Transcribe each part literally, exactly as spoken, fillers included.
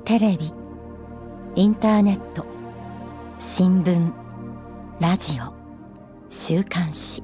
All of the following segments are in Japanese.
テレビ、インターネット、新聞、ラジオ、週刊誌、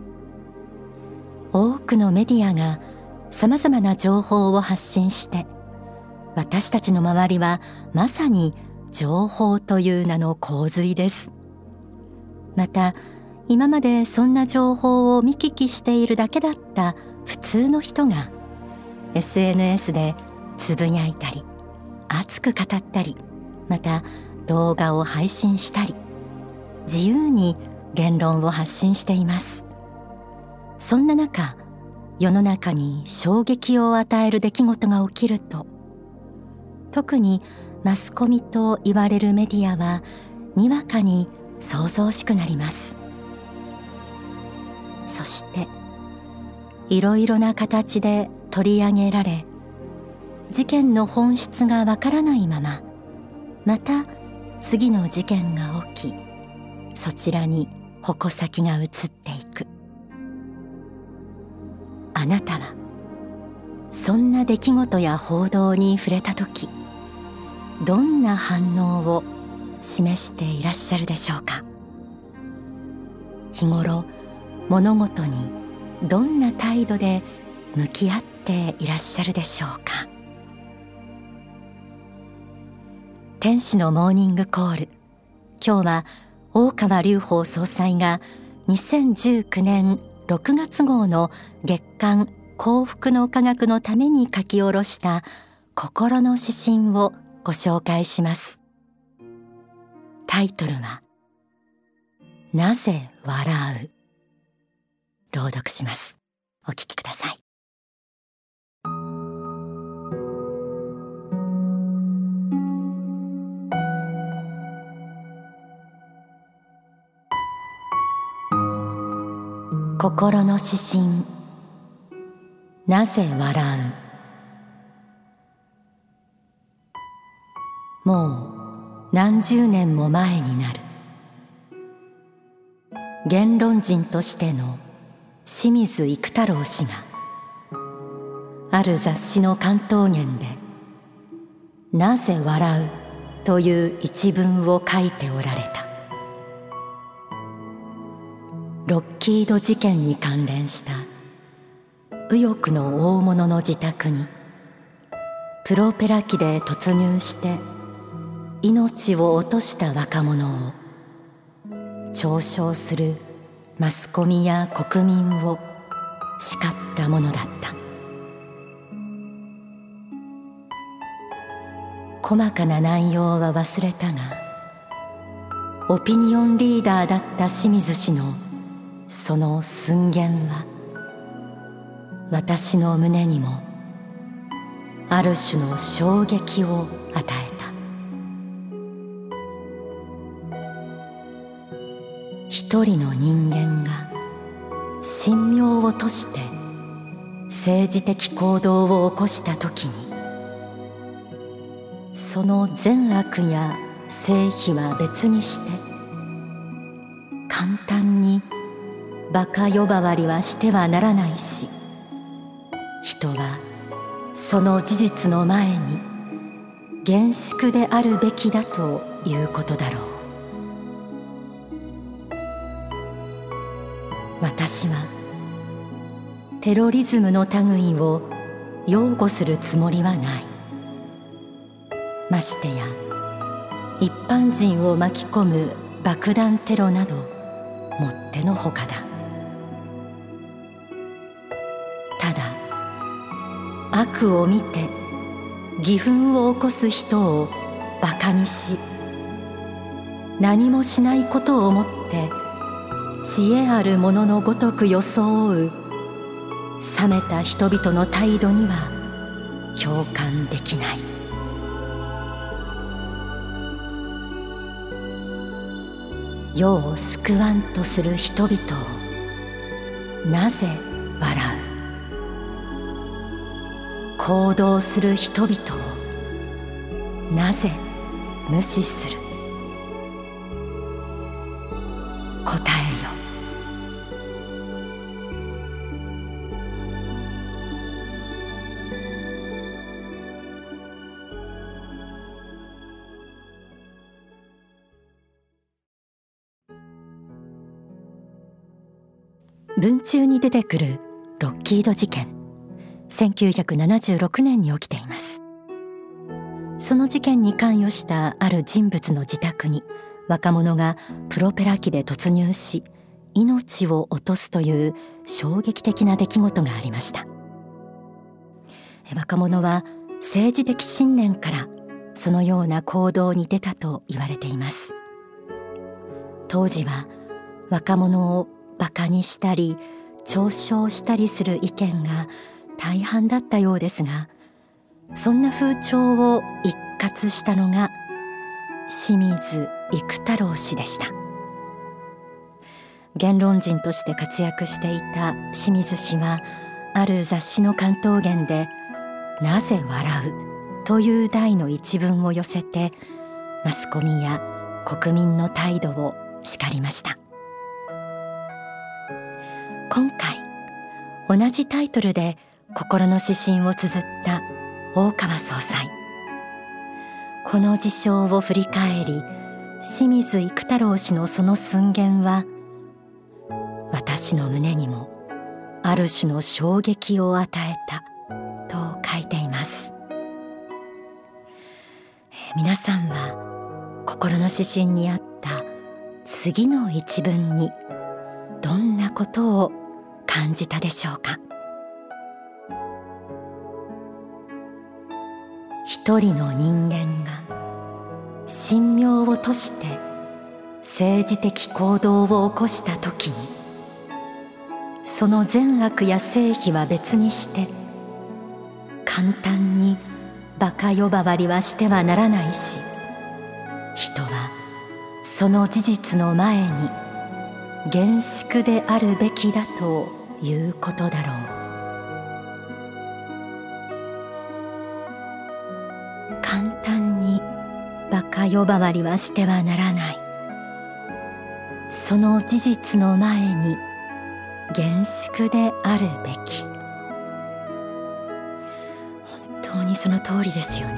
多くのメディアがさまざまな情報を発信して、私たちの周りはまさに情報という名の洪水です。また、今までそんな情報を見聞きしているだけだった普通の人が エスエヌエス でつぶやいたり、熱く語ったり、また動画を配信したり、自由に言論を発信しています。そんな中、世の中に衝撃を与える出来事が起きると、特にマスコミと言われるメディアはにわかに騒々しくなります。そしていろいろな形で取り上げられ、事件の本質がわからないまま、また次の事件が起き、そちらに矛先が移っていく。あなたはそんな出来事や報道に触れたとき、どんな反応を示していらっしゃるでしょうか。日頃物事にどんな態度で向き合っていらっしゃるでしょうか。天使のモーニングコール。今日は大川隆法総裁がにせんじゅうきゅうねんろくがつ号の月刊幸福の科学のために書き下ろした心の指針をご紹介します。タイトルはなぜ笑う。朗読します。お聞きください。心の指針。なぜ笑う。もう何十年も前になる。言論人としての清水育太郎氏がある雑誌の関東言で「なぜ笑う」という一文を書いておられた。ロッキード事件に関連した右翼の大物の自宅にプロペラ機で突入して命を落とした若者を嘲笑するマスコミや国民を叱ったものだった。細かな内容は忘れたが、オピニオンリーダーだった清水氏のその寸言は私の胸にもある種の衝撃を与えた。一人の人間が神妙を賭して政治的行動を起こしたときに、その善悪や正否は別にして簡単に馬鹿呼ばわりはしてはならないし、人はその事実の前に厳粛であるべきだということだろう。私はテロリズムの類を擁護するつもりはない。ましてや一般人を巻き込む爆弾テロなどもってのほかだ。ただ悪を見て義憤を起こす人をバカにし、何もしないことをもって知恵ある者のごとく装う冷めた人々の態度には共感できない。世を救わんとする人々をなぜ笑う。行動する人々をなぜ無視する。答えよ。 文中に出てくるロッキード事件、せんきゅうひゃくななじゅうろくねんに起きています。その事件に関与したある人物の自宅に若者がプロペラ機で突入し、命を落とすという衝撃的な出来事がありました。若者は政治的信念からそのような行動に出たと言われています。当時は若者をバカにしたり嘲笑したりする意見が大半だったようですが、そんな風潮を一括したのが清水育太郎氏でした。言論人として活躍していた清水氏は、ある雑誌の関東言で「なぜ笑う」という題の一文を寄せて、マスコミや国民の態度を叱りました。今回同じタイトルで心の指針を綴った大川総裁。この事象を振り返り、清水育太郎氏のその寸言は、私の胸にもある種の衝撃を与えたと書いています。皆さんは心の指針にあった次の一文にどんなことを感じたでしょうか。一人の人間が神妙を賭して政治的行動を起こしたときに、その善悪や正義は別にして簡単に馬鹿呼ばわりはしてはならないし、人はその事実の前に厳粛であるべきだということだろう。簡単に馬鹿呼ばわりはしてはならない。その事実の前に厳粛であるべき。本当にその通りですよね。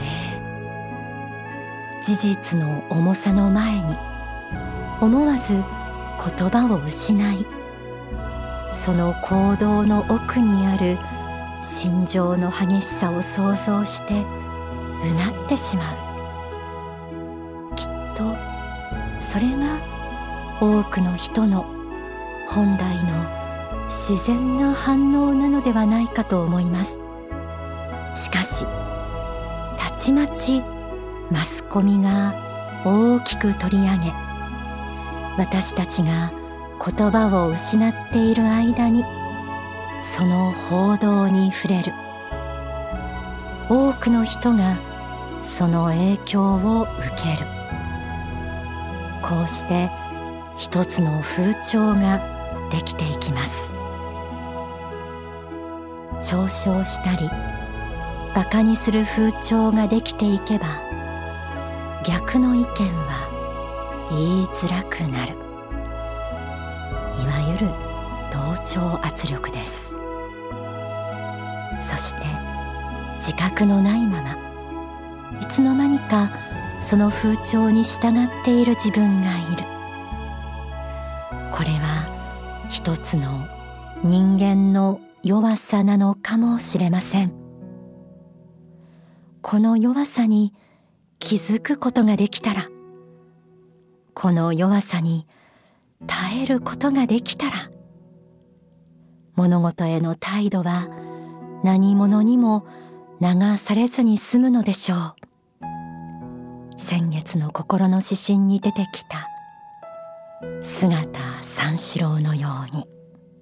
事実の重さの前に思わず言葉を失い、その行動の奥にある心情の激しさを想像してうなってしまう。きっとそれが多くの人の本来の自然な反応なのではないかと思います。しかしたちまちマスコミが大きく取り上げ、私たちが言葉を失っている間にその報道に触れる。多くの人がその影響を受ける。こうして一つの風潮ができていきます。嘲笑したりバカにする風潮ができていけば、逆の意見は言いづらくなる。いわゆる同調圧力です。そして自覚のないまま、いつの間にかその風潮に従っている自分がいる。これは一つの人間の弱さなのかもしれません。この弱さに気づくことができたら、この弱さに耐えることができたら、物事への態度は何者にも流されずに済むのでしょう。先月の心の指針に出てきた姿三四郎のように。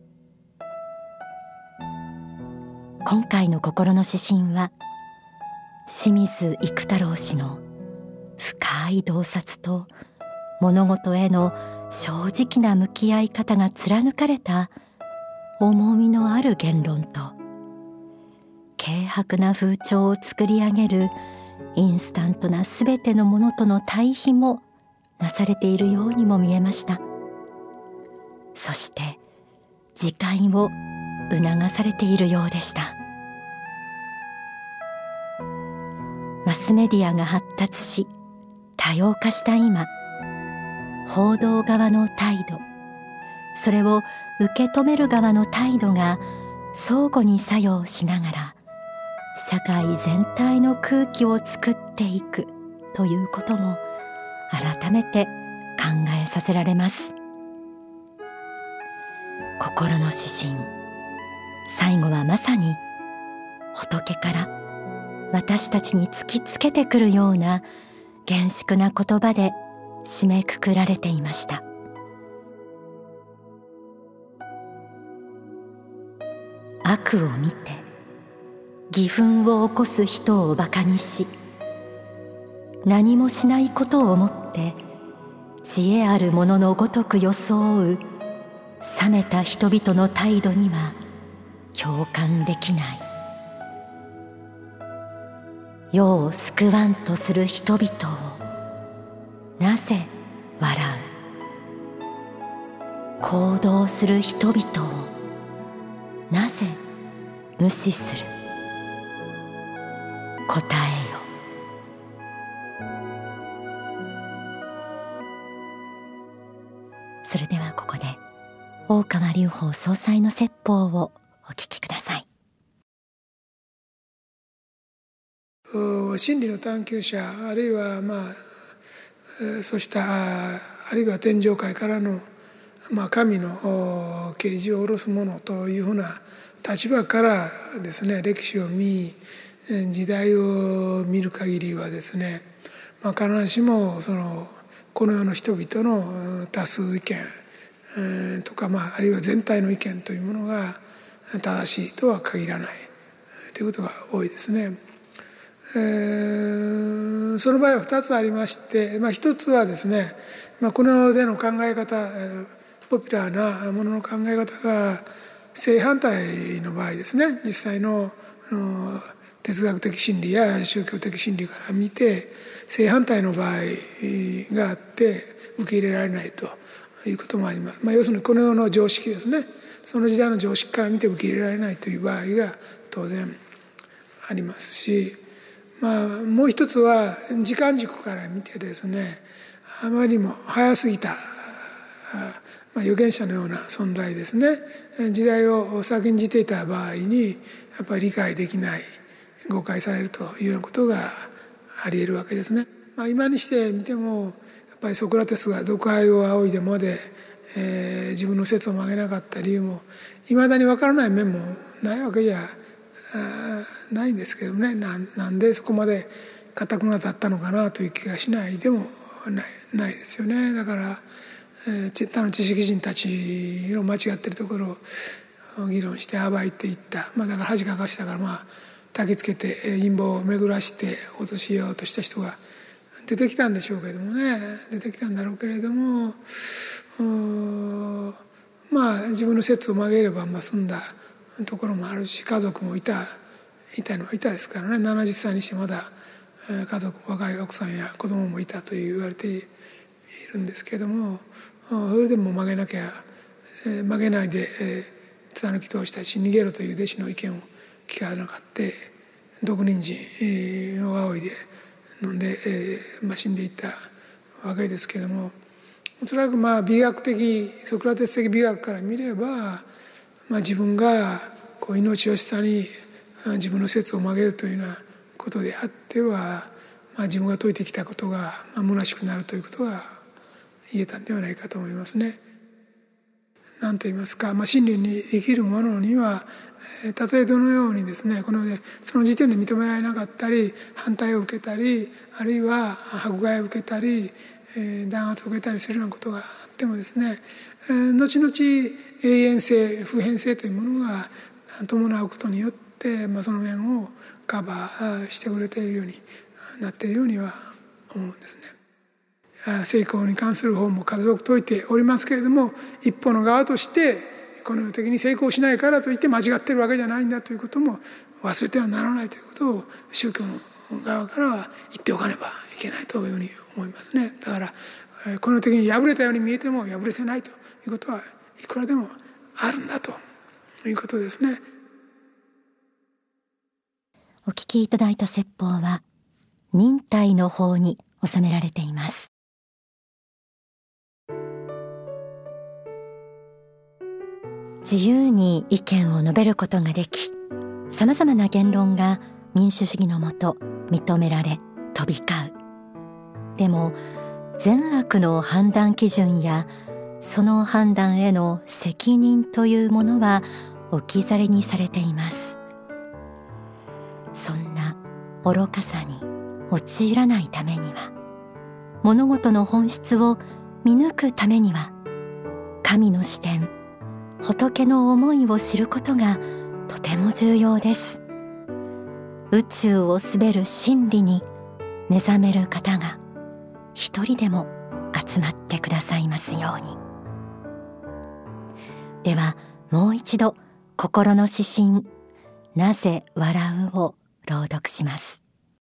今回の心の指針は、清水育太郎氏の深い洞察と物事への正直な向き合い方が貫かれた重みのある言論と、軽薄な風潮を作り上げるインスタントなすべてのものとの対比もなされているようにも見えました。そして自戒を促されているようでした。マスメディアが発達し多様化した今、報道側の態度、 それを受け止める側の態度が相互に作用しながら社会全体の空気を作っていくということも改めて考えさせられます。心の指針、最後はまさに仏から私たちに突きつけてくるような厳粛な言葉で締めくくられていました。悪を見て義憤を起こす人をバカにし、何もしないことをもって知恵ある者のごとく装う冷めた人々の態度には共感できない。世を救わんとする人々をなぜ笑う、行動する人々をなぜ無視する。答えよ。それではここで大川隆法総裁の説法をお聞きください。 真理の探求者、あるいはまあそうしたあるいは天上界からのまあ神の啓示を下ろすものというふうな立場からですね、歴史を見時代を見る限りはですね、まあ、必ずしもそのこの世の人々の多数意見とか、まあ、あるいは全体の意見というものが正しいとは限らないということが多いですね。えー、その場合はふたつありまして、まあ、ひとつはですね、まあ、この世での考え方、ポピュラーなものの考え方が正反対の場合ですね、実際のあの哲学的真理や宗教的真理から見て正反対の場合があって受け入れられないということもあります。まあ、要するにこの世の常識ですね、その時代の常識から見て受け入れられないという場合が当然ありますし、まあ、もう一つは時間軸から見てですね、あまりにも早すぎた、まあ、預言者のような存在ですね、時代を先んじていた場合にやっぱり理解できない、誤解されるというようなことがあり得るわけですね。まあ、今にしてみてもやっぱりソクラテスが毒杯を仰いでまで、えー、自分の説を曲げなかった理由もいまだに分からない面もないわけじゃないんですけどもね、な, なんでそこまで固くなだったのかなという気がしないでもない、ないですよね。だから、えー、他の知識人たちの間違っているところを議論して暴いていった、まあ、だから恥かかしたからまあ焚きつけて陰謀を巡らして陥れようとした人が出てきたんでしょうけどもね、出てきたんだろうけれども、まあ自分の説を曲げればまあ済んだところもあるし、家族もいたいたのはいたですからね、ななじゅっさいにしてまだ家族、若い奥さんや子供もいたと言われているんですけれども、それでも曲げなきゃ曲げないで貫き通したし、逃げろという弟子の意見を聞かなかった毒人参を仰いで飲んで、えーまあ、死んでいったわけですけれども、おそらくまあ美学的ソクラテス的美学から見れば、まあ、自分がこう命惜しさに自分の説を曲げるというようなことであっては、まあ、自分が説いてきたことがまあ虚しくなるということが言えたんではないかと思いますね。何と言いますか、まあ、真理に生きる者にはたとえどのようにですね、この世でその時点で認められなかったり反対を受けたり、あるいは迫害を受けたり弾圧を受けたりするようなことがあってもですね、後々永遠性普遍性というものが伴うことによって、まあ、その面をカバーしてくれているようになっているようには思うんですね。成功に関する本も数多く説いておりますけれども、一方の側としてこの世的に成功しないからといって間違ってるわけじゃないんだということも忘れてはならないということを宗教の側からは言っておかねばいけないというふうに思いますね。だからこの世的に敗れたように見えても敗れてないということはいくらでもあるんだということですね。 お聞きいただいた説法は忍耐の法に収められています。 自由に意見を述べることができ、さまざまな言論が民主主義のもと認められ飛び交う。でも善悪の判断基準やその判断への責任というものは置き去りにされています。そんな愚かさに陥らないためには、物事の本質を見抜くためには、神の視点、仏の思いを知ることがとても重要です。宇宙を統べる真理に目覚める方が一人でも集まってくださいますように。ではもう一度、心の指針、なぜ笑うを朗読します。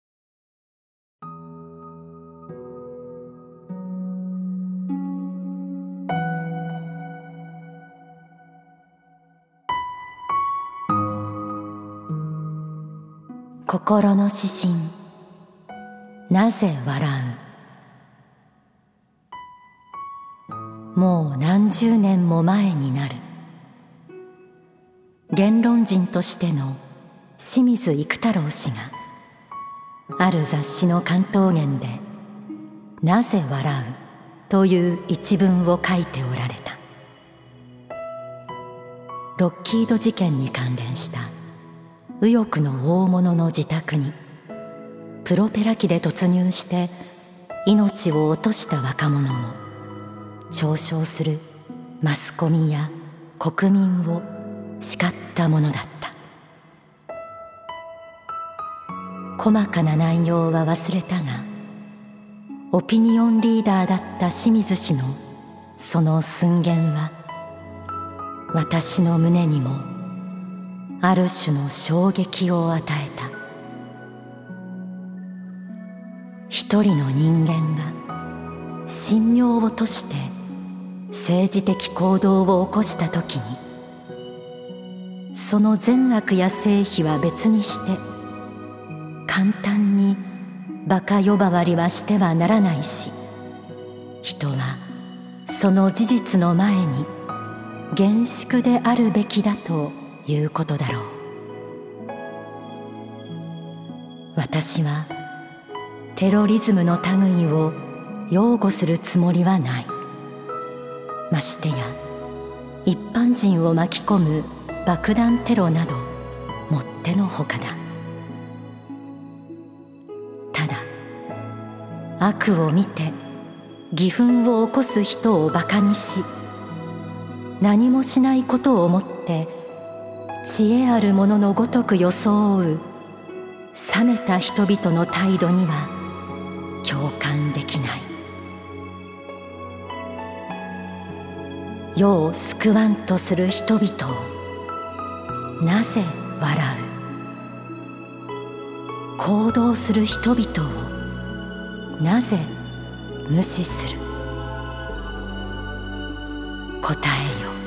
心の指針、なぜ笑う。もう何十年も前になる。言論人としての清水育太郎氏がある雑誌の関東言で「なぜ笑う」という一文を書いておられた。ロッキード事件に関連した右翼の大物の自宅にプロペラ機で突入して命を落とした若者を嘲笑するマスコミや国民を叱ったものだった。細かな内容は忘れたが、オピニオンリーダーだった清水氏のその寸言は私の胸にもある種の衝撃を与えた。一人の人間が神妙を落として政治的行動を起こしたときに、その善悪や正否は別にして簡単に馬鹿呼ばわりはしてはならないし、人はその事実の前に厳粛であるべきだということだろう。私はテロリズムの類を擁護するつもりはない。ましてや一般人を巻き込む爆弾テロなどもってのほかだ。ただ悪を見て義憤を起こす人をバカにし、何もしないことをもって知恵ある者のごとく装う冷めた人々の態度には共感できない。世を救わんとする人々をなぜ笑う。行動する人々をなぜ無視する。答えよ。